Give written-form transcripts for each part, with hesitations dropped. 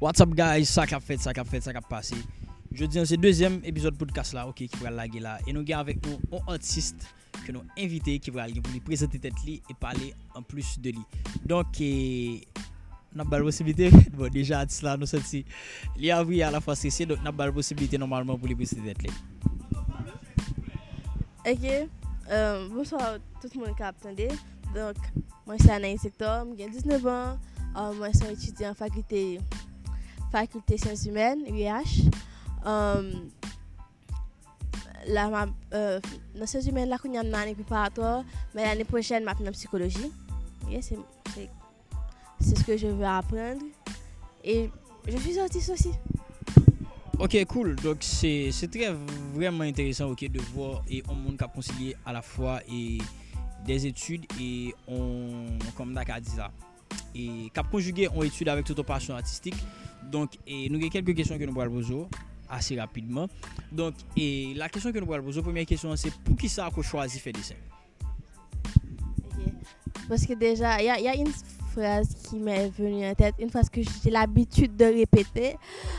What's up guys, ça qu'a fait, ça qu'a passé. Je dis c'est deuxième épisode podcast là, OK, qui va laguer là et nous avons avec nous un artiste que nous invité qui va lui présenter tête li et parler en plus de lui. Donc n'a pas la possibilité bon déjà artiste là nous senti il a vu à la fois c'est donc n'a pas la possibilité normalement pour lui présenter tête li. OK. Bonsoir tout le monde qui a attendu. Donc moi c'est Anaïs Sector, j'ai 19 ans. Moi je suis étudiant en faculté sciences humaines UH. Là dans sciences humaines là qu'on y a une année préparatoire, mais l'année prochaine je vais en psychologie. Yeah, c'est ce que je veux apprendre et je suis artiste aussi. OK, cool. Donc c'est vraiment intéressant OK de voir et on monde qui a concilié à la fois et des études et on comme Daka dit ça et cap conjugué on étude avec toute passion artistique. Donc et nous avons quelques questions que nous allons poser assez rapidement. Donc et la question que nous allons poser première question c'est pour qui ça qu'on choisi faire dessin. OK. Parce que déjà il y a une phrase qui m'est venue en tête, une phrase que j'ai l'habitude de répéter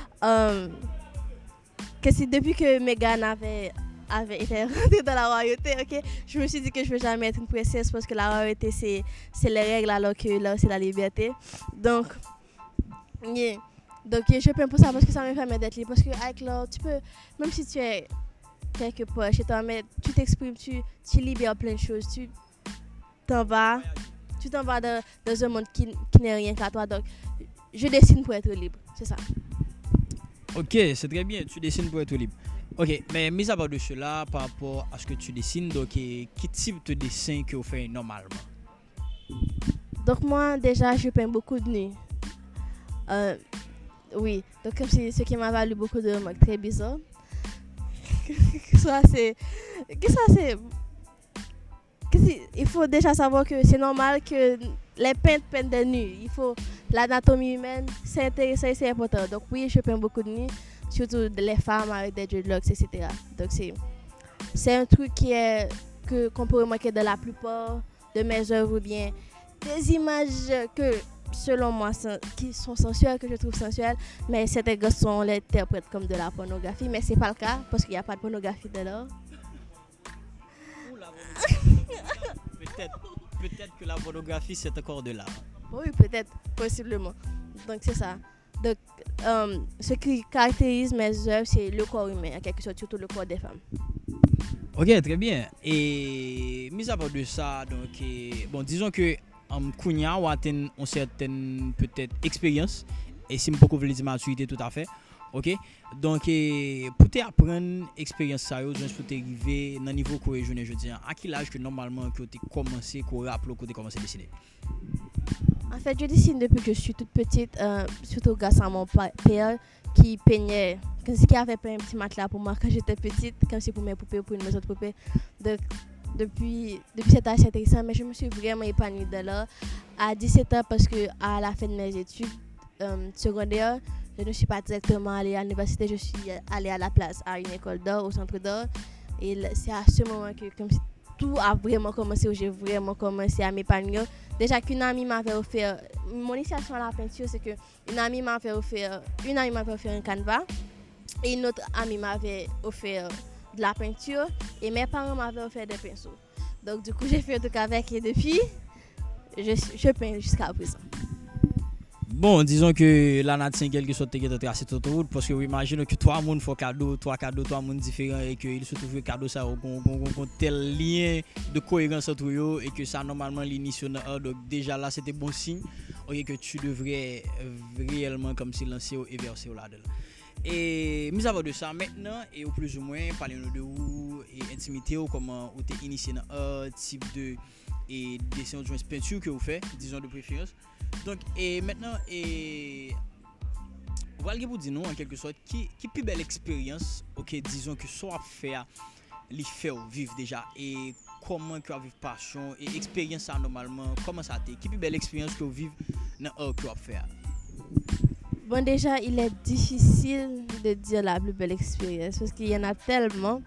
que c'est depuis que Meghan avait été rentrée dans la royauté, OK, je me suis dit que je ne veux jamais être une princesse parce que la royauté c'est les règles alors que là c'est la liberté. Donc yeah. Donc je peux pour ça parce que ça me permet d'être libre parce que avec l'or tu peux même si tu es quelque part chez toi mais tu t'exprimes, tu libères plein de choses, tu t'en vas dans un monde qui n'est rien qu'à toi. Donc je dessine pour être libre, c'est ça. OK, c'est très bien, tu dessines pour être libre. OK, mais mis à part de cela, par rapport à ce que tu dessines, donc quel type de dessin que vous faites normalement? Donc moi déjà je peins beaucoup de nuit. Oui, donc comme c'est ce qui m'a valu beaucoup de remarques très bizarres. Il faut déjà savoir que c'est normal que les peintres peignent de nuit. Il faut l'anatomie humaine, c'est intéressant et c'est important. Donc oui, je peins beaucoup de nuit, surtout les femmes avec des dreadlocks, etc. Donc c'est un truc qu'on peut remarquer dans la plupart de mes œuvres ou bien des images que selon moi qui sont sensuelles, que je trouve sensuelles, mais certains garçons l'interprètent comme de la pornographie, mais c'est pas le cas parce qu'il n'y a pas de pornographie dedans. Peut-être que la pornographie c'est encore de l'art. Oui, peut-être, possiblement. Donc c'est ça. Donc ce qui caractérise mes œuvres, c'est le corps humain, en quelque sorte, surtout le corps des femmes. OK, très bien. Et mis à part de ça, donc bon, disons que Kounia ou atteint une certaine peut-être expérience et si beaucoup veut dire maturité tout à fait. OK? Donc pour te apprendre expérience ça yo, pour t'arriver dans niveau que je dis à quel âge que normalement que tu commencé qu'on rappelle que tu commencé à dessiner? En fait, je dessine depuis que je suis toute petite, surtout grâce à mon père qui peignait, qui avait peint un petit matelas pour moi quand j'étais petite, comme c'est pour mes poupées ou pour une maison de poupées. Donc depuis cet âge c'est intéressant, mais je me suis vraiment épanouie de là à 17 ans parce que à la fin de mes études secondaires, je ne suis pas directement allée à l'université, je suis allée à la place, à une école d'art, au centre d'art. Et c'est à ce moment que comme si tout a vraiment commencé, où j'ai vraiment commencé à m'épanouir. Déjà qu'une amie m'avait offert, mon initiation à la peinture, c'est qu'une amie m'avait offert un canevas et une autre amie m'avait offert de la peinture et mes parents m'avaient offert des pinceaux. Donc du coup j'ai fait un truc avec et depuis je peins jusqu'à présent. Bon, disons que la nature quelque chose qui est tracé toute route parce que vous imaginez que trois monde font cadeau, trois monde différents et que il se trouve cadeau ça ont tel lien de cohérence entre eux et que ça normalement l'initié donc déjà là c'était bon signe OK que tu devrais réellement comme si lancer et verser là-dedans. Et mis à part de ça maintenant et au plus ou moins parlez-nous de vous et intimité ou comment vous t'es initié dans un type de et dessin de peinture que vous faites disons de préférence. Donc et maintenant voilà vous dire nous en quelque sorte qui plus belle expérience OK disons que soit faire les faire vivre déjà et comment que vivre passion et expérience ça normalement comment ça t'est qui plus belle expérience que vivre dans que faire. Bon déjà il est difficile de dire la plus belle expérience parce qu'il y en a tellement.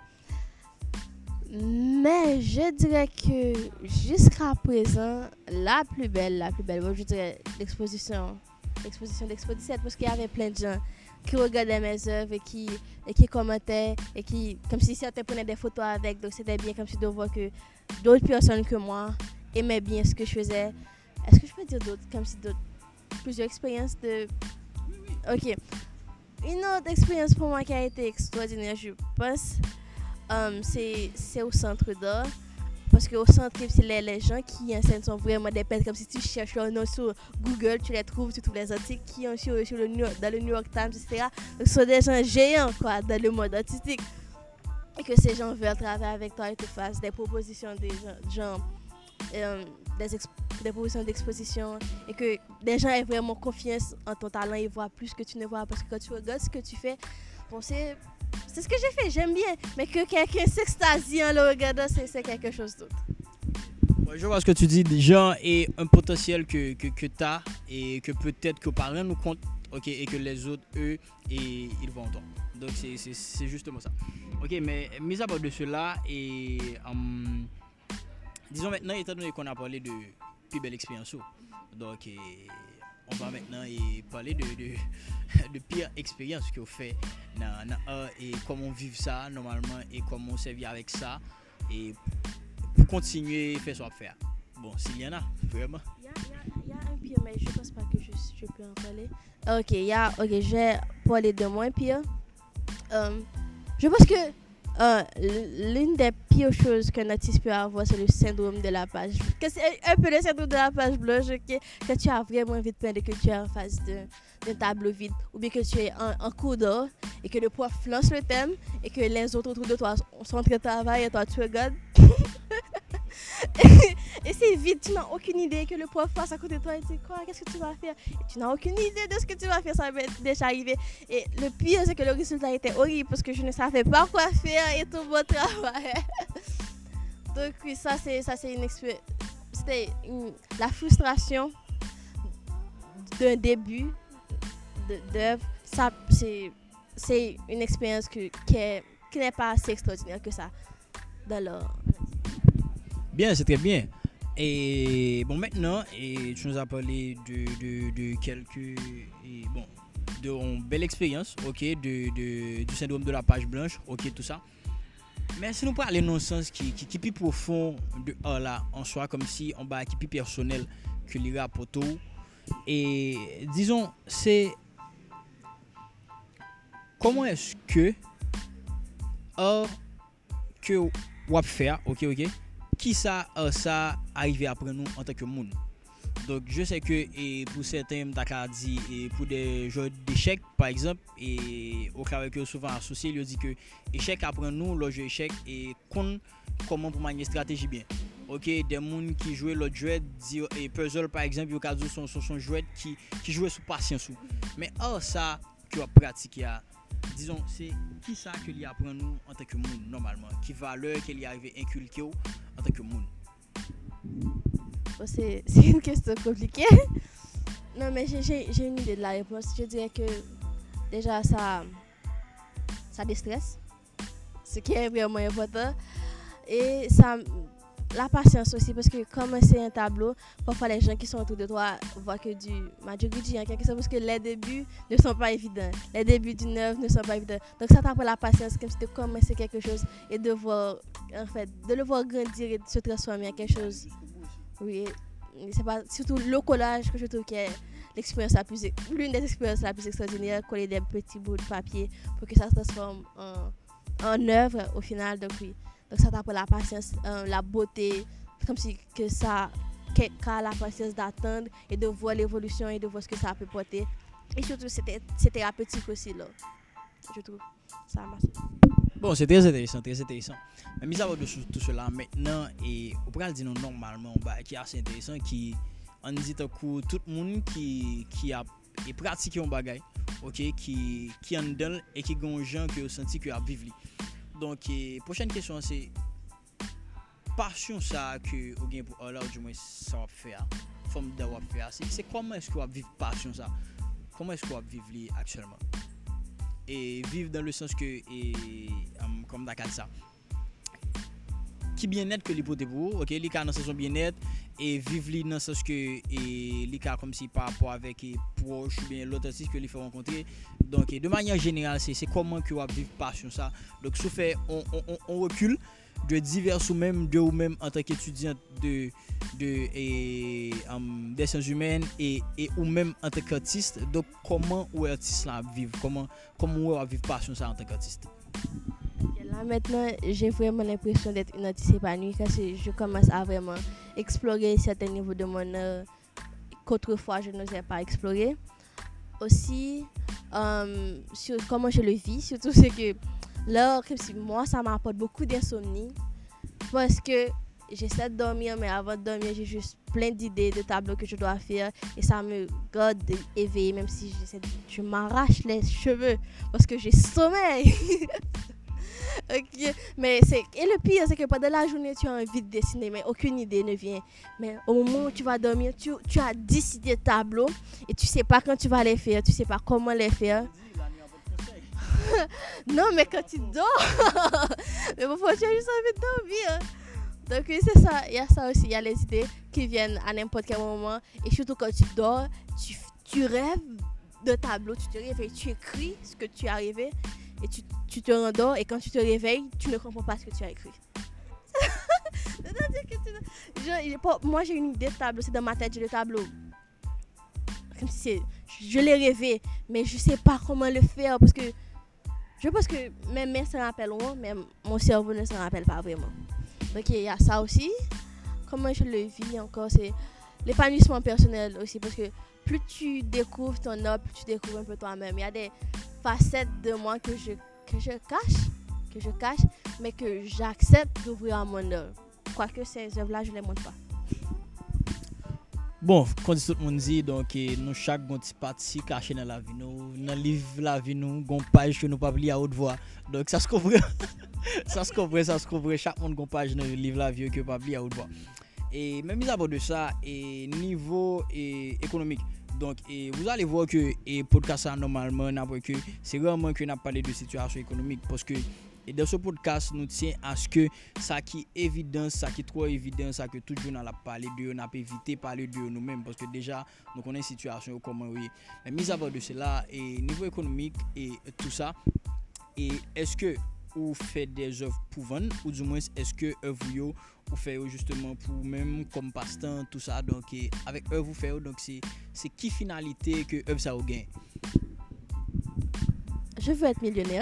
Mais je dirais que jusqu'à présent, la plus belle, bon, je dirais l'exposition l'exposition d'Expo 17 parce qu'il y avait plein de gens qui regardaient mes œuvres et qui commentaient et qui, comme si certains prenaient des photos avec. Donc c'était bien comme si de voir que d'autres personnes que moi aimaient bien ce que je faisais. Est-ce que je peux dire d'autres, comme si d'autres, plusieurs expériences de... Ok. Une autre expérience pour moi qui a été extraordinaire, je pense, c'est au centre d'art. Parce qu'au centre, les gens qui enseignent sont vraiment des peintres. Comme si tu cherches leur nom sur Google, tu les trouves, tu trouves les articles qui ont sur dans le New York Times, etc. Donc ce sont des gens géants quoi, dans le monde artistique. Et que ces gens veulent travailler avec toi et te fassent des propositions des propositions d'exposition. Et que des gens aient vraiment confiance en ton talent et voient plus que tu ne vois. Parce que quand tu regardes ce que tu fais, bon, c'est ce que j'ai fait, j'aime bien. Mais que quelqu'un s'extasie en le regardant, c'est quelque chose d'autre. Ouais, je vois ce que tu dis, des gens et un potentiel que tu as et que peut-être que par nous compte, ok, et que les autres, eux, et ils vont entendre. Donc c'est justement ça. Ok, mais mis à part de cela, et disons maintenant, étant donné qu'on a parlé de plus belle expérience, donc on va maintenant parler de pire expérience que vous fait et comment vivre ça normalement et comment servir avec ça et pour continuer à faire ce qu'on faire. Bon, s'il y en a, vraiment. Il y a un pire, mais je pense pas que je peux en parler. Ok, je vais parler de moins pire. Je pense que l'une des pires choses qu'un artiste peut avoir, c'est le syndrome de la page. C'est un peu le syndrome de la page blanche, que tu as vraiment envie de peindre, que tu es en face d'un tableau vide, ou bien que tu es en cours d'art et que le prof lance le thème et que les autres autour de toi sont en train de travailler et toi tu regardes. Et c'est vide, tu n'as aucune idée que le prof passe à côté de toi et tu dis quoi, qu'est-ce que tu vas faire? Et tu n'as aucune idée de ce que tu vas faire, ça va déjà arrivé. Et le pire, c'est que le résultat était horrible parce que je ne savais pas quoi faire et tout mon travail. Donc oui, ça c'est une expérience. C'était la frustration d'un début d'œuvre. Ça, c'est une expérience qui n'est pas assez extraordinaire que ça. Bien, c'est très bien. Et bon, maintenant, tu nous as parlé de quelques. De belle expérience, ok, du syndrome de la page blanche, ok, tout ça. Mais si nous parlons aller dans un sens qui est plus profond de là, en soi, comme si on va qui plus personnel que les rapports. Et disons, c'est. Comment est-ce que. Que on va faire, ok, qui ça arrive après nous en tant que monde. Donc je sais que pour certains t'as dit et pour des jeux d'échecs par exemple et au cas que souvent associé il dit que échec après nous le jeu échec et comment pour manier stratégie bien. OK, des gens qui jouent l'autre jeu et puzzle par exemple au cas où son jouet qui jouait sous patience. Mais ça que on pratique disons c'est qui ça que lui apprend nous en tant que monde normalement qui valeur qu'il y arrive inculquer en tant que monde. C'est une question compliquée. Non mais j'ai une idée de la réponse. Je dirais que déjà ça déstresse, ce qui est vraiment important, et ça la patience aussi, parce que comme c'est un tableau, parfois les gens qui sont autour de toi voient que du Magic en quelque sorte, parce que les débuts ne sont pas évidents. Les débuts d'une œuvre ne sont pas évidents. Donc ça t'apprend la patience, comme si de commencer quelque chose et de le voir grandir et de se transformer en quelque chose. Oui, c'est pas surtout le collage que je trouve que est l'une des expériences la plus extraordinaires, coller des petits bouts de papier pour que ça se transforme en œuvre au final. Donc oui. Donc ça t'apprend la patience, la beauté, comme si que ça a la patience d'attendre et de voir l'évolution et de voir ce que ça peut porter. Et surtout c'est thérapeutique aussi là. Je trouve ça marche. Bon, c'est très intéressant, très intéressant. Mais mis à part de tout cela maintenant et on pourrait dire normalement qui est assez intéressant qui on dit tout le monde qui a pratiqué un bagage, OK, qui en dedans et qui gon gens qui ont senti que a vivre. Donc prochaine question c'est passion ça que ou bien pour là du moins ça va faire forme d'avoir faire c'est comment est-ce qu'on va vivre passion ça, comment est-ce qu'on va vivre actuellement et vivre dans le sens que comme d'accord ça qui bien-être que li pote pour, OK, li ka dans son bien-être et vivre li dans sens que et li ka comme si par rapport avec proche ou bien l'autre artiste que li fait rencontrer. Donc de manière générale, c'est comment que va vivre passion ça. Donc ça fait on recule de divers ou même de ou même en tant qu'étudiant des sciences humaines et ou même en tant qu'artiste. Donc comment ou artiste là vivre, comment on va vivre passion ça en tant qu'artiste. Là maintenant, j'ai vraiment l'impression d'être une artiste épanouie parce que je commence à vraiment explorer certains niveaux de mon art qu'autrefois je n'osais pas explorer. Aussi, sur comment je le vis, surtout c'est que là, moi, ça m'apporte beaucoup d'insomnie parce que j'essaie de dormir, mais avant de dormir, j'ai juste plein d'idées, de tableaux que je dois faire et ça me garde éveillée, même si je m'arrache les cheveux parce que j'ai sommeil. Okay. Mais et le pire, c'est que pendant la journée, tu as envie de dessiner, mais aucune idée ne vient. Mais au moment où tu vas dormir, tu as 10 idées de tableaux et tu sais pas quand tu vas les faire, tu sais pas comment les faire. Non, mais quand tu dors, mais parfois tu as juste envie de dormir. Donc oui, c'est ça. Il y a ça aussi, il y a les idées qui viennent à n'importe quel moment. Et surtout quand tu dors, tu rêves de tableaux, tu te réveilles, tu écris ce que tu as rêvé. Et tu te rendors et quand tu te réveilles, tu ne comprends pas ce que tu as écrit. Moi, j'ai une idée de tableau, c'est dans ma tête, j'ai le tableau. Comme si je l'ai rêvé, mais je ne sais pas comment le faire parce que je pense que mes mains se rappelleront, mais mon cerveau ne se rappelle pas vraiment. Donc, il y a ça aussi. Comment je le vis encore, c'est l'épanouissement personnel aussi parce que plus tu découvres ton art, plus tu découvres un peu toi-même. Il y a des facettes de moi que je cache, mais que j'accepte d'ouvrir à mon œuvre. Quoique ces œuvres-là, je ne les montre pas. Bon, comme tout le monde dit, donc nous chaque petit partie caché dans la vie, nous dans le livre la vie, nous une page que nous pas lire à haute voix. Donc ça se comprend. ça se comprend. Chaque monde a une page dans le livre la vie que pas lire à haute voix. Et même mis à part de ça, et niveau économique. Donc, vous allez voir que le podcast, normalement, c'est vraiment que nous avons parlé de situation économique. Parce que dans ce podcast, nous tient à ce que ça qui est évident, ça qui est trop évident, ça que tout le monde a parlé de, on a évité de parler de nous-mêmes. Parce que déjà, nous connaissons la situation comment oui. Mais mis à part de cela, et niveau économique et tout ça, et est-ce que vous faites des œuvres pour vendre ou du moins est-ce que œuvres vous faites justement pour même comme passe-temps tout ça donc avec œuvres vous faites donc c'est qui finalité que œuvre ça vous gagne. Je veux être millionnaire.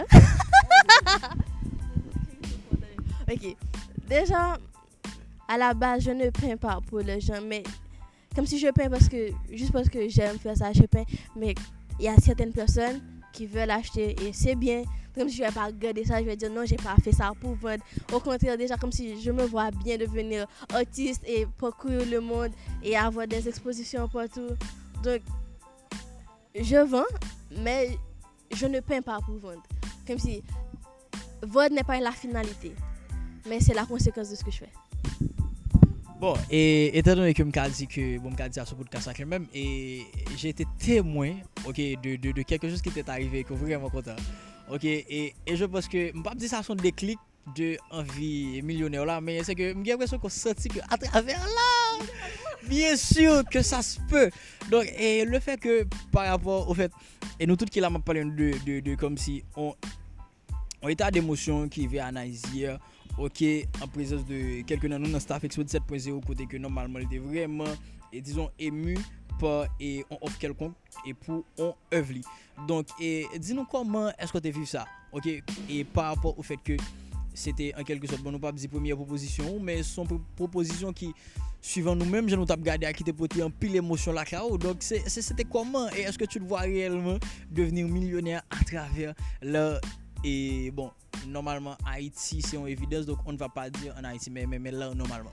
OK. Déjà à la base, je ne peins pas pour les gens mais comme si je peins juste parce que j'aime faire ça, je peins mais il y a certaines personnes qui veulent acheter et c'est bien. Comme si je ne vais pas regarder ça, je vais dire non, je n'ai pas fait ça pour vendre. Au contraire, déjà comme si je me vois bien devenir artiste et parcourir le monde et avoir des expositions partout. Donc, je vends, mais je ne peins pas pour vendre. Comme si vendre n'est pas la finalité, mais c'est la conséquence de ce que je fais. Bon, et étant donné que je me dit que bon, me dit à ce podcast quand même, et j'ai été témoin, ok, de quelque chose qui t'est arrivé, que je suis vraiment content. Ok, et je pense que je ne vais pas dire ça son déclic de envie millionnaire là, mais c'est que j'ai l'impression qu'on sentit que à travers là, bien sûr que ça se peut. Donc, et le fait que par rapport au fait, et nous tous qui là m'a parlé de comme si on état d'émotion qui vient analyser, ok, en présence de quelqu'un dans notre staff Expert 7.0 côté que normalement il était vraiment, et disons ému par et on offre quelconque et pour on œuvre. Donc dis-nous comment est-ce que tu as vu ça, ok, et par rapport au fait que c'était en quelque sorte bon nous pas dire première proposition mais son proposition qui suivant nous-mêmes je nous t'a regardé à qui te porter en pile émotion là donc c'était comment et est-ce que tu le vois réellement devenir millionnaire à travers le et bon normalement Haïti c'est une évidence donc on ne va pas dire en Haïti mais là normalement.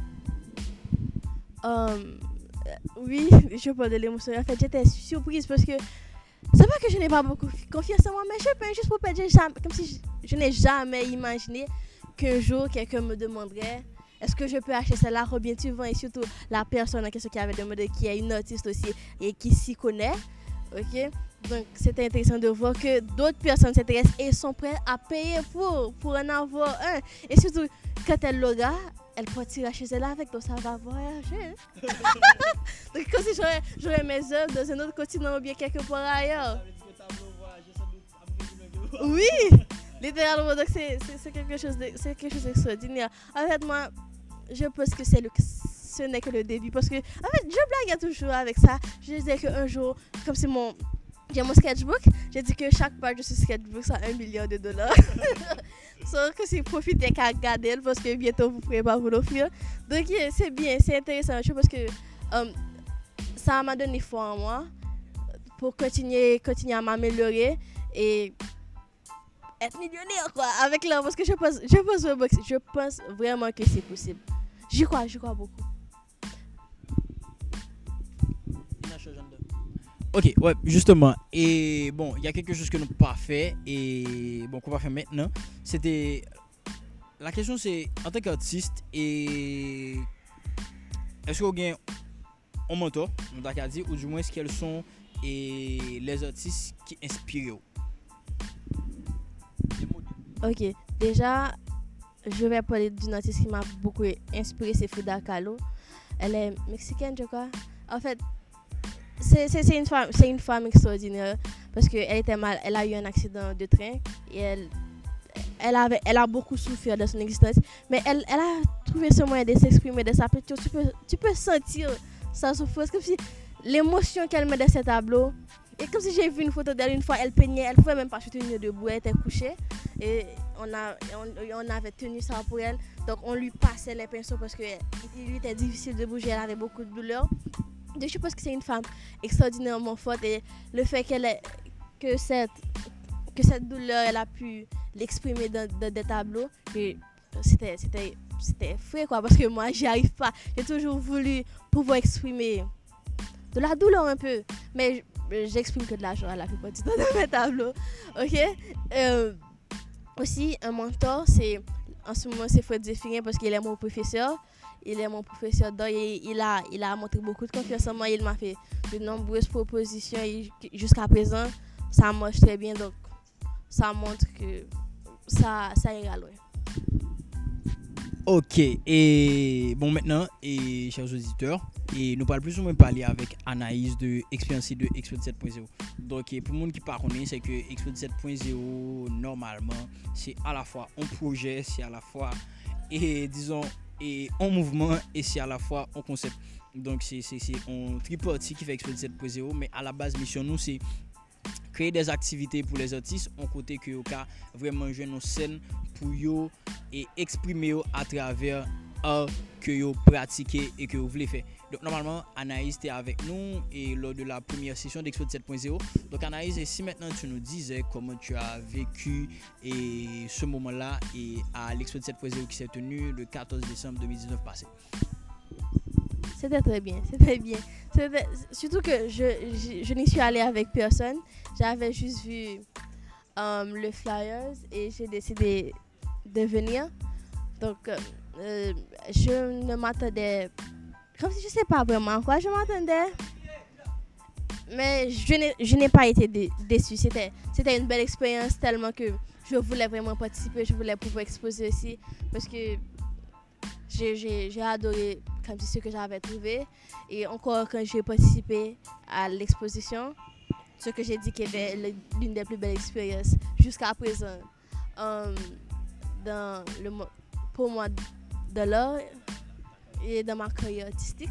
Oui, je parle de l'émotion. En fait, j'étais surprise parce que c'est pas que je n'ai pas beaucoup confiance en moi, mais je peins juste pour peindre comme si je n'ai jamais imaginé qu'un jour quelqu'un me demanderait est-ce que je peux acheter celle-là ou bien tu vends et surtout la personne en question qui avait demandé qui est une artiste aussi et qui s'y connaît Ok? Donc, c'était intéressant de voir que d'autres personnes s'intéressent et sont prêtes à payer pour en avoir un. Et surtout, quand elle l'aura, elle peut tirer chez elle avec, donc ça va voyager. Donc, comme si j'aurais mes œuvres dans un autre continent ou bien quelque part ailleurs. Oui, littéralement, donc c'est quelque chose d'extraordinaire. En fait, moi, je pense que ce n'est que le début. Parce que, en fait, je blague toujours avec ça. Je disais qu'un jour, comme c'est j'ai mon sketchbook, j'ai dit que chaque page de ce sketchbook, ça a $1 million. Sauf que c'est profiter qu'à garder parce que bientôt vous ne pourrez pas vous l'offrir. Donc, c'est bien, c'est intéressant. Je pense que ça m'a donné foi en moi pour continuer à m'améliorer et être millionnaire quoi, avec l'art. Parce que je pense vraiment que c'est possible. J'y crois beaucoup. Ok, ouais, justement. Et bon, il y a quelque chose que nous n'avons pas fait et bon, qu'on va faire maintenant. C'était. La question c'est, en tant qu'artiste, et est-ce que vous avez un mentor, on t'a dit, ou du moins, quels sont les artistes qui inspirent? Ok, déjà, je vais parler d'une artiste qui m'a beaucoup inspiré, c'est Frida Kahlo. Elle est mexicaine, je crois. En fait, c'est une femme extraordinaire parce qu'elle était mal, elle a eu un accident de train et elle a beaucoup souffert de son existence, mais elle a trouvé ce moyen de s'exprimer, de s'apprêter. Tu peux sentir sa souffrance, comme si l'émotion qu'elle met dans ses tableaux. Et comme si j'ai vu une photo d'elle une fois, elle peignait, elle ne pouvait même pas se tenir debout, elle était couchée. Et on avait tenu ça pour elle. Donc on lui passait les pinceaux parce qu'il lui était difficile de bouger, elle avait beaucoup de douleur. Donc je pense que c'est une femme extraordinairement forte et le fait que cette douleur, elle a pu l'exprimer dans des tableaux, c'était frais quoi, parce que moi j'y arrive pas. J'ai toujours voulu pouvoir exprimer de la douleur un peu, mais j'exprime que de la joie la plupart du temps dans mes tableaux. Ok. Aussi un mentor, en ce moment c'est Fred Zéphirin parce qu'il est mon professeur. Il est mon professeur d'art et il a montré beaucoup de confiance en moi. Il m'a fait de nombreuses propositions et jusqu'à présent ça marche très bien, donc ça montre que ça ira loin. Ok, et bon maintenant, et chers auditeurs, et nous parlons plus ou moins parler avec Anaïs de Expérience de Expo 17.0. Donc pour le monde qui ne connaît pas, c'est que Expo 17.0 normalement c'est à la fois un projet, c'est à la fois disons en mouvement et c'est à la fois un concept. Donc c'est un tripartite qui fait Expo 17.0, mais à la base mission nous c'est créer des activités pour les artistes en côté que yo ka vraiment jouer nos scènes pour yo et exprimer yo à travers art que yo pratiquez et que vous voulez faire. Donc normalement Anaïs était avec nous et lors de la première session d'Expo 7.0. Donc Anaïs, et si maintenant tu nous disais comment tu as vécu et ce moment-là et à l'Expo 7.0 qui s'est tenu le 14 décembre 2019 passé. C'était très bien. Surtout que je n'y suis allée avec personne. J'avais juste vu le flyers et j'ai décidé de venir. Donc, je ne m'attendais... Comme si je ne sais pas vraiment quoi je m'attendais. Mais je n'ai pas été déçue. C'était une belle expérience tellement que je voulais vraiment participer. Je voulais pouvoir exposer aussi parce que j'ai adoré comme ce que j'avais trouvé. Et encore quand j'ai participé à l'exposition, ce que j'ai dit qui était l'une des plus belles expériences jusqu'à présent pour moi de l'art et dans ma carrière artistique.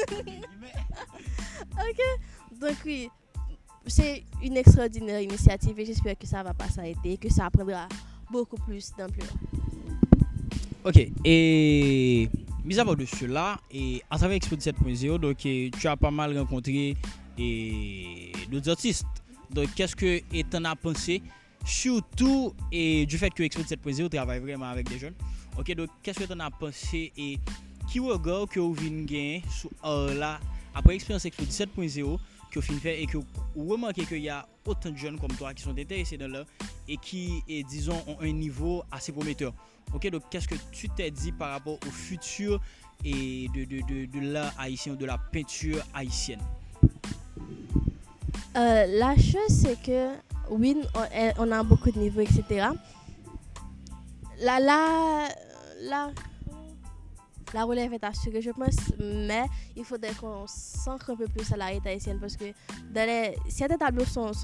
Ok, donc oui, c'est une extraordinaire initiative et j'espère que ça ne va pas s'arrêter et que ça prendra beaucoup plus d'ampleur. Ok, et mis à part de cela, et à travers Expo 17.0, donc tu as pas mal rencontré d'autres artistes. Donc qu'est-ce que tu en as pensé, surtout et du fait que Expo 17.0 travaille vraiment avec des jeunes. Ok, donc qu'est-ce que tu en as pensé et qui regard que vous venez gagner sur là après expérience Expo 17.0 que vous fait et que vous remarquez qu'il y a autant de jeunes comme toi qui sont intéressés dans l'art et qui disons ont un niveau assez prometteur. Ok, donc qu'est-ce que tu t'es dit par rapport au futur et de l'art haïtien, de la peinture haïtienne? La chose, c'est que oui, on a beaucoup de niveaux, etc. La, la, la, la relève est assurée, je pense, mais il faudrait qu'on s'ancre un peu plus à la réalité haïtienne parce que certains tableaux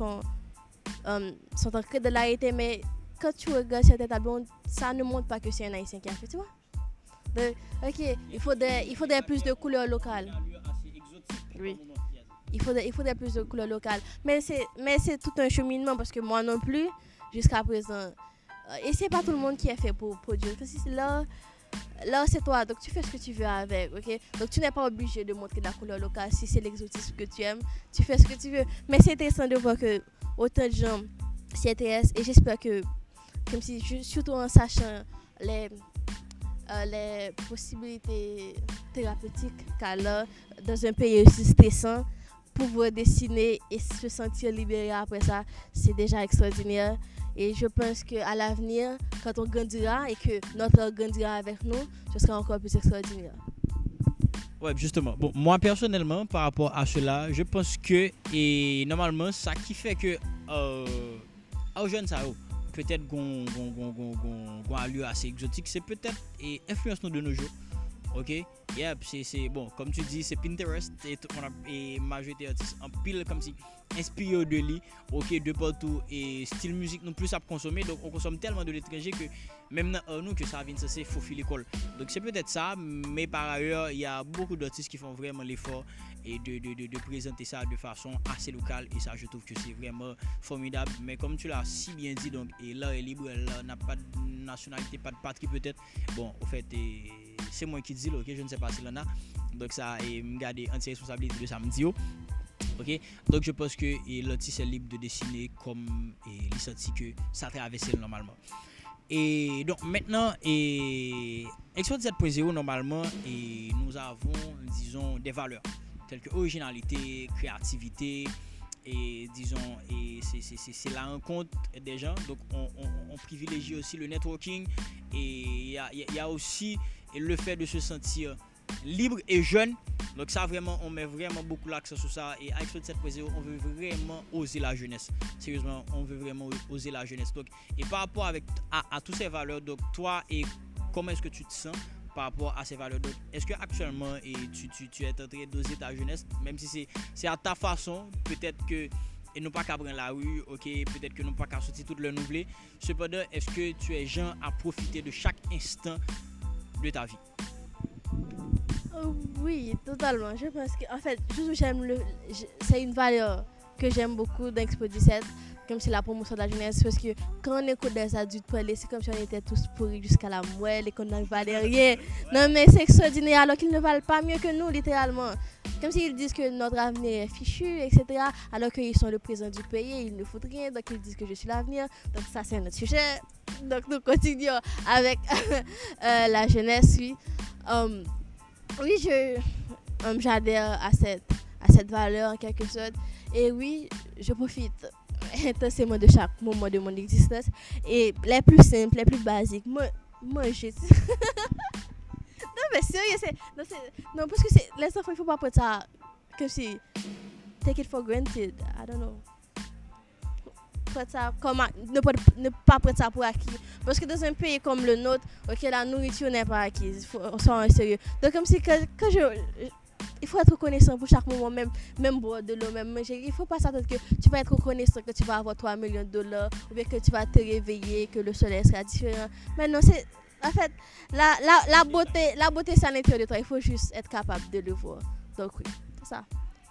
sont ancrés de la réalité, mais quand tu regardes certains tableaux, ça ne montre pas que c'est un haïtien qui a fait, tu vois. Donc, ok, il faudrait plus de couleurs locales. Oui. Il faudrait plus de couleurs locales. Mais c'est tout un cheminement parce que moi non plus, jusqu'à présent, et c'est pas tout le monde qui est fait pour produire. Parce que là c'est toi, donc tu fais ce que tu veux avec, ok? Donc tu n'es pas obligé de montrer de la couleur locale. Si c'est l'exotisme que tu aimes, tu fais ce que tu veux. Mais c'est intéressant de voir que autant de gens s'y intéressent et j'espère que, comme si, surtout en sachant les possibilités thérapeutiques car là, dans un pays aussi stressant, pouvoir dessiner et se sentir libéré après ça, c'est déjà extraordinaire. Et je pense qu'à l'avenir, quand on grandira et que notre art grandira avec nous, ce sera encore plus extraordinaire. Ouais, justement. Bon, moi personnellement, par rapport à cela, je pense que et normalement, ça qui fait que aux jeunes ça peut-être qu'on allure assez exotique, c'est peut-être et influence nous de nos jours. Ok, yeah, c'est bon, comme tu dis, c'est Pinterest et majorité artistes en pile comme si inspiré de lui, ok, de partout et style musique nous plus à consommer, donc on consomme tellement de l'étranger que même nous que ça vient c'est faufiler l'école. Donc c'est peut-être ça, mais par ailleurs il y a beaucoup d'artistes qui font vraiment l'effort et de présenter ça de façon assez locale et ça je trouve que c'est vraiment formidable. Mais comme tu l'as si bien dit, donc et là est libre, elle n'a pas de nationalité, pas de patrie peut-être. Bon, au fait c'est moi qui dis, ok, je ne sais pas si l'on a. Donc ça, et me garder entière responsabilité de samedi. Ok, donc je pense que l'artiste est libre de dessiner comme il senti que ça traverse normalement. Et donc maintenant, Export 7.0 normalement, et nous avons, disons, des valeurs telles que originalité, créativité, et disons, et c'est la rencontre des gens. Donc on privilégie aussi le networking et il y a aussi le fait de se sentir libre et jeune. Donc ça vraiment, on met vraiment beaucoup l'accent sur ça. Et avec cette présence, on veut vraiment oser la jeunesse. Sérieusement, on veut vraiment oser la jeunesse. Donc, et par rapport à toutes ces valeurs, donc toi, et comment est-ce que tu te sens par rapport à ces valeurs? Donc, est-ce que actuellement tu es en train d'oser ta jeunesse, même si c'est à ta façon, peut-être que et non pas qu'à prendre la rue, ok, peut-être que non pas qu'à sortir toute le nouvelé. Cependant, est-ce que tu es genre à profiter de chaque instant de ta vie? Oui, totalement. Je pense que, en fait, c'est une valeur que j'aime beaucoup dans Expo 17, comme c'est la promotion de la jeunesse, parce que quand on écoute des adultes parler, c'est comme si on était tous pourris jusqu'à la moelle et qu'on n'en valait rien. Non, mais c'est extraordinaire, alors qu'ils ne valent pas mieux que nous, littéralement. Comme s'ils disent que notre avenir est fichu, etc., alors qu'ils sont le présent du pays, ils ne foutent rien, donc ils disent que je suis l'avenir. Donc ça, c'est notre sujet. Donc nous continuons avec la jeunesse, oui. Oui, j'adhère à cette valeur en quelque sorte. Et oui, je profite intensément de chaque moment de mon existence. Et les plus simples, les plus basiques, manger. Non, mais sérieux, non, parce que les enfants, il ne faut pas prendre ça comme si take it for granted. I don't know. Ça, ne pas prendre ça pour acquis. Parce que dans un pays comme le nôtre, ok, la nourriture n'est pas acquise. On soit sérieux. Donc, comme si il faut être reconnaissant pour chaque moment, même boire de l'eau, même manger. Il ne faut pas s'attendre que tu vas être reconnaissant que tu vas avoir 3 millions de dollars ou bien que tu vas te réveiller, que le soleil sera différent. Mais non, c'est. En fait, la beauté, c'est à l'intérieur de toi. Il faut juste être capable de le voir. Donc, oui, c'est ça.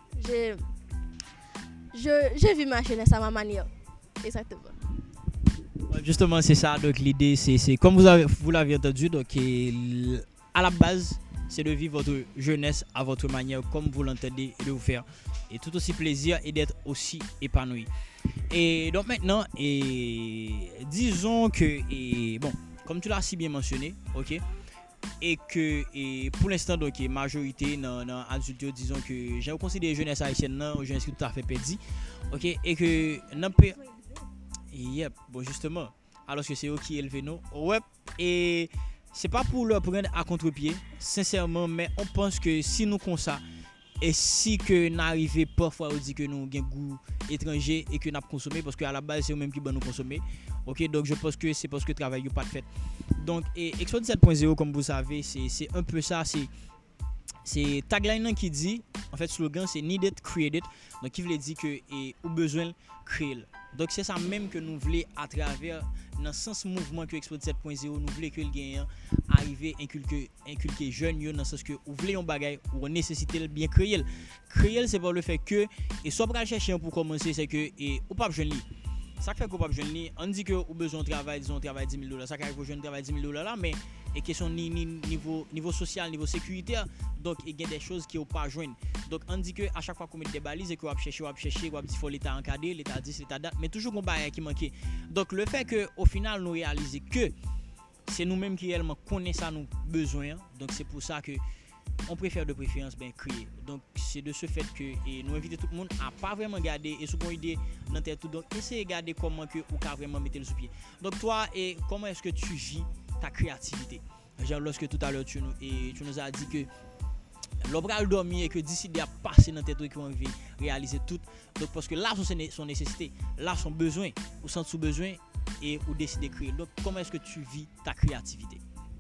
Je vis ma jeunesse à ma manière. Exactement. Justement, c'est ça. Donc, l'idée, c'est comme vous l'avez entendu, donc, à la base, c'est de vivre votre jeunesse à votre manière, comme vous l'entendez, et de vous faire et tout aussi plaisir et d'être aussi épanoui. Et donc, maintenant, disons que, bon, comme tu l'as si bien mentionné, ok, et que pour l'instant, donc, majorité dans adulte, disons que j'ai considéré jeunesse haïtienne, non, jeunesse tout à fait perdu, ok, et que yep, bon justement, alors que c'est eux qui élèvent nous, ouais, et c'est pas pour leur prendre à contre-pied, sincèrement, mais on pense que si nous comme ça, et si que n'arrive parfois on dit que nous avons goût étranger et que nous consommer parce que à la base c'est eux même qui bon nous consommer. OK, donc je pense que c'est parce que le travail n'est pas fait. Donc Expo 17.0 comme vous savez, c'est un peu ça, c'est tagline qui dit en fait slogan c'est needed created, donc qui veut dire que ou besoin créer. Donc c'est ça même que nous voulons à travers dans sens mouvement que Expo 17.0 nous voulons que le gagnant arriver inculquer jeunes dans sens que ou voulez un bagage ou nécessité bien créer c'est par le fait que et soit pour chercher pour commencer c'est que et ou pas jeune li. Ça fait qu'on pas jeune li, on dit que ou besoin de travail disons travail $10,000, ça arrive jeune travail $10,000 là mais et question niveau social, niveau sécuritaire, donc il y a des choses qui ont pas joindre. Donc on dit que à chaque fois qu'on met des balises et qu'on va chercher, on dit faut l'état encadré, l'état 10, l'état date, mais toujours qu'on barrière qui manquait. Donc le fait que au final nous réaliser que c'est nous-mêmes qui réellement connaissons ça nos besoins, donc c'est pour ça que on préfère de préférence bien créer. Donc c'est de ce fait que nous invitons tout le monde à pas vraiment garder et sous une idée dans tête tout, donc essayez de regarder comment que ou ka vraiment mettre le sous pied. Donc toi et comment est-ce que tu vis ta créativité? Genre lorsque tout à l'heure tu nous as dit que l'obral dormir et que d'ici il y a passé dans tête qui ont envie réaliser tout. Donc parce que là son nécessité, là son besoin, ou sent sous besoin et ou décider de créer. Donc comment est-ce que tu vis ta créativité?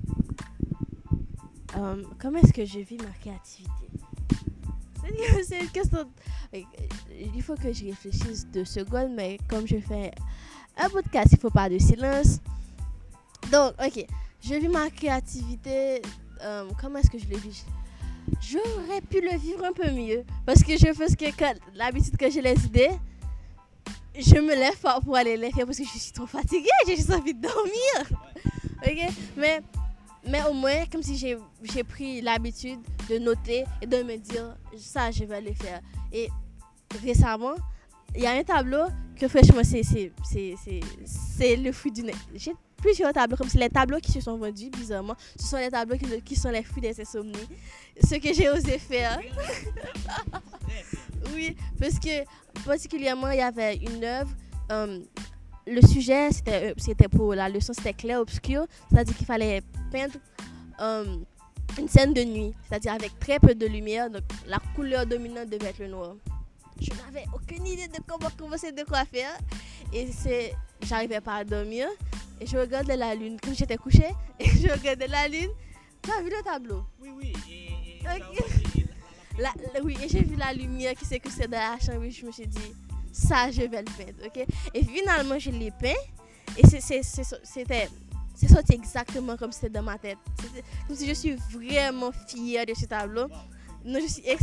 Comment est-ce que je vis ma créativité? C'est une question. Il faut que je réfléchisse 2 secondes, mais comme je fais un podcast, il ne faut pas de silence. Donc, ok, je vis ma créativité. Comment est-ce que je le vis? J'aurais pu le vivre un peu mieux parce que je pense que l'habitude que j'ai les idées, je me lève fort pour aller les faire parce que je suis trop fatiguée, j'ai juste envie de dormir. Ok, mais au moins, comme si j'ai pris l'habitude de noter et de me dire, ça, je vais le faire. Et récemment, il y a un tableau que franchement, c'est le fruit d'une... J'ai plusieurs tableaux, comme si les tableaux qui se sont vendus, bizarrement, ce sont les tableaux qui sont les fruits des insomnies. Ce que j'ai osé faire. Oui, parce que particulièrement, il y avait une œuvre... le sujet, c'était pour la leçon, c'était clair-obscur, c'est-à-dire qu'il fallait peindre une scène de nuit, c'est-à-dire avec très peu de lumière, donc la couleur dominante devait être le noir. Je n'avais aucune idée de comment commencer, de quoi faire, et j'arrivais pas à dormir, et je regardais la lune, comme j'étais couchée, et je regardais la lune. Tu as vu le tableau? Oui, oui, et j'ai vu la lumière qui s'est couchée dans la chambre, et je me suis dit, ça, je vais le peindre, ok? Et finalement, je l'ai peint, et c'est sorti exactement comme c'était dans ma tête. Comme si je suis vraiment fière de ce tableau. Non, je suis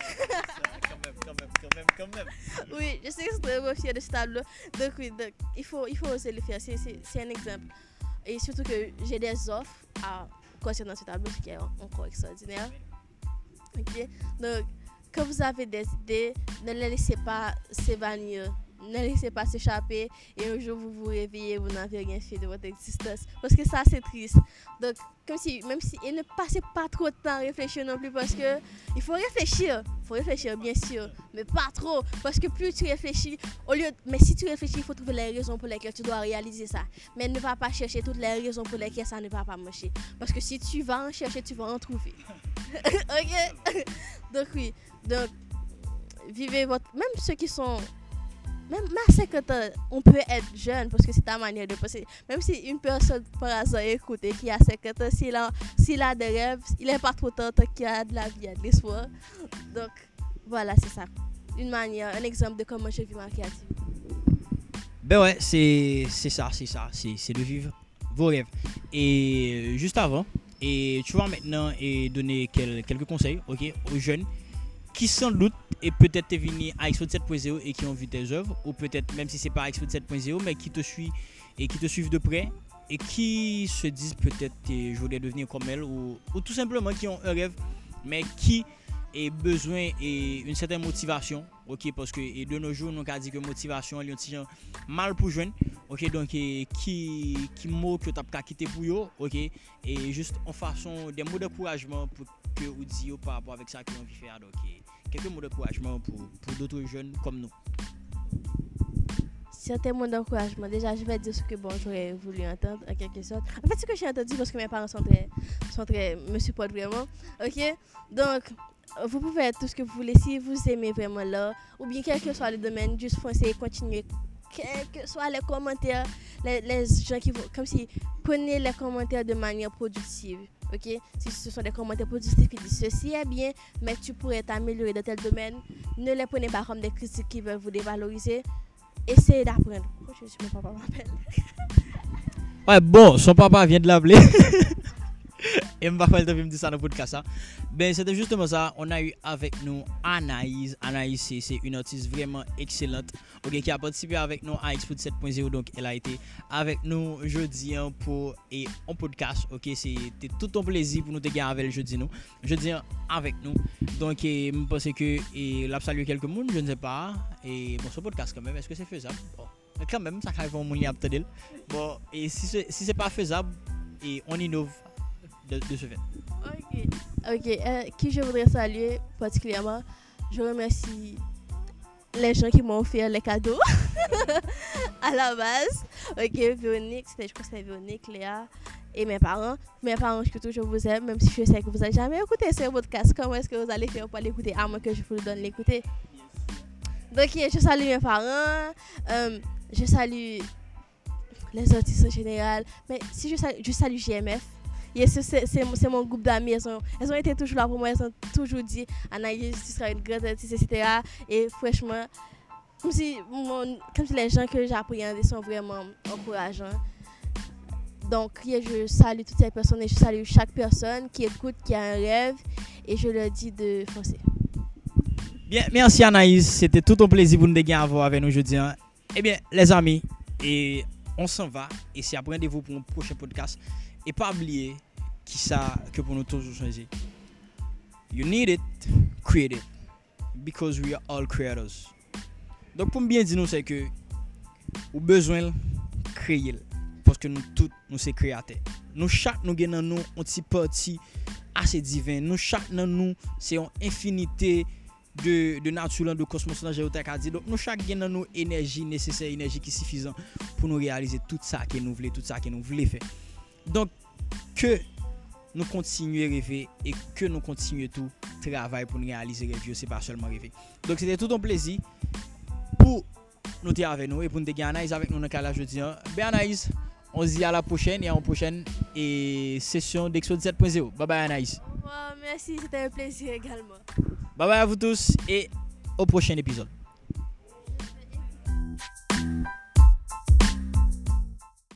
quand même. Oui, je suis extrêmement fière de ce tableau. Donc oui, il faut oser le faire. C'est un exemple. Et surtout que j'ai des offres concernant ce tableau, ce qui est encore extraordinaire. Ok? Donc, quand vous avez des idées, ne les laissez pas s'évanouir. Ne laissez pas s'échapper et un jour vous vous réveillez, vous n'avez rien fait de votre existence. Parce que ça, c'est triste. Donc, et ne passez pas trop de temps à réfléchir non plus parce que il faut réfléchir. Il faut réfléchir, bien sûr, mais pas trop. Parce que plus tu réfléchis, mais si tu réfléchis, il faut trouver les raisons pour lesquelles tu dois réaliser ça. Mais ne va pas chercher toutes les raisons pour lesquelles ça ne va pas marcher. Parce que si tu vas en chercher, tu vas en trouver. Ok? Donc, oui. Donc, vivez même ceux qui sont... Même à 50 ans, on peut être jeune parce que c'est ta manière de penser. Même si une personne par hasard écoute et qui a 50 ans, s'il a des rêves, il n'est pas trop tant qu'il a de la vie, il a de l'espoir. Donc voilà, c'est ça. Un exemple de comment je vis ma créativité. Ben ouais, c'est ça. C'est de vivre vos rêves. Et juste avant, et tu vas maintenant donner quelques conseils, ok, aux jeunes qui sans doute et peut-être t'es venu à Expo 7.0 et qui ont vu tes œuvres, ou peut-être même si c'est pas Expo 7.0 mais qui te suivent de près et qui se disent peut-être je voudrais devenir comme elle, ou tout simplement qui ont un rêve mais qui a besoin et une certaine motivation, ok, parce que de nos jours nous avons dit que motivation est un petit mal pour jeunes, ok, donc qui mot que tu as quitté pour eux, ok, et juste en façon des mots d'encouragement pour que vous dites par rapport avec ça qu'ils ont envie de faire, donc quelques mots d'encouragement pour d'autres jeunes comme nous. Certains mots d'encouragement. Déjà, je vais dire ce que j'aurais voulu entendre en quelque sorte. En fait, ce que j'ai entendu parce que mes parents me supportent vraiment. Ok? Donc, vous pouvez être tout ce que vous voulez si vous aimez vraiment là, ou bien quel que soit le domaine, juste foncez et continuez. Quels que soient les commentaires, les gens qui vont, comme si, prenez les commentaires de manière productive. Ok, si ce sont des commentaires positifs qui disent ceci est bien, mais tu pourrais t'améliorer dans tel domaine, ne les prenez pas comme des critiques qui veulent vous dévaloriser. Essayez d'apprendre. Oh, je suis, mon papa m'appelle. Ouais, bon, son papa vient de l'appeler. Et je vais me dire ça dans le podcast. Ben, c'était justement ça. On a eu avec nous Anaïs. Anaïs, c'est une artiste vraiment excellente, okay, qui a participé avec nous à Expo 7.0. Donc, elle a été avec nous jeudi pour un podcast. Okay, c'était tout un plaisir pour nous te gagner avec le jeudi. Jeudi avec nous. Donc, je pense que elle a salué quelques monde, je ne sais pas. Et bon, ce podcast, quand même, est-ce que c'est faisable? Bon, mais quand même, ça va faire un monde à peut-être. Bon, et si c'est pas faisable, et on innove. De ce fait. Ok. Qui je voudrais saluer particulièrement, je remercie les gens qui m'ont offert les cadeaux à la base. Ok, Véronique, je crois que c'était Véronique, Léa et mes parents. Mes parents, je vous aime, même si je sais que vous n'avez jamais écouté ce podcast. Comment est-ce que vous allez faire pour l'écouter à moins que je vous le donne l'écouter? Donc, je salue mes parents, je salue les artistes en général, mais si je salue GMF. Yes, c'est mon groupe d'amis. Elles ont été toujours là pour moi. Elles ont toujours dit Anaïs, tu seras une grande artiste, etc. Et franchement, comme si les gens que j'appréhende sont vraiment encourageants. Donc, je salue toutes ces personnes et je salue chaque personne qui écoute, qui a un rêve. Et je leur dis de foncer. Bien, merci Anaïs. C'était tout un plaisir pour nous de avoir avec nous aujourd'hui. Eh bien, les amis, et on s'en va. Et c'est après rendez-vous pour un prochain podcast. Et pas oublier qui ça que pour nous toujours changer. You need it, create it. Because we are all creators. Donc pour me bien dire nous c'est que ou besoin créer parce que nous tous nous c'est créateurs. Nous chaque nous gagnons nous un petit parti assez divin. Nous chaque nous c'est une infinité de nature de cosmos dans géotech a dit. Donc nous chaque gagnons nous énergie nécessaire, énergie qui suffisante pour nous réaliser tout ça que nous voulons, tout ça que nous voulons faire. Donc, que nous continuons à rêver et que nous continuons tout travail pour nous réaliser les rêves, c'est pas seulement rêver. Donc, c'était tout un plaisir pour nous être avec nous et pour nous gagner Anaïs avec nous dans le cas là jeudi. Ben Anaïs, on se dit à la prochaine et à une prochaine session d'Expo 7.0. Bye bye Anaïs. Merci, c'était un plaisir également. Bye bye à vous tous et au prochain épisode.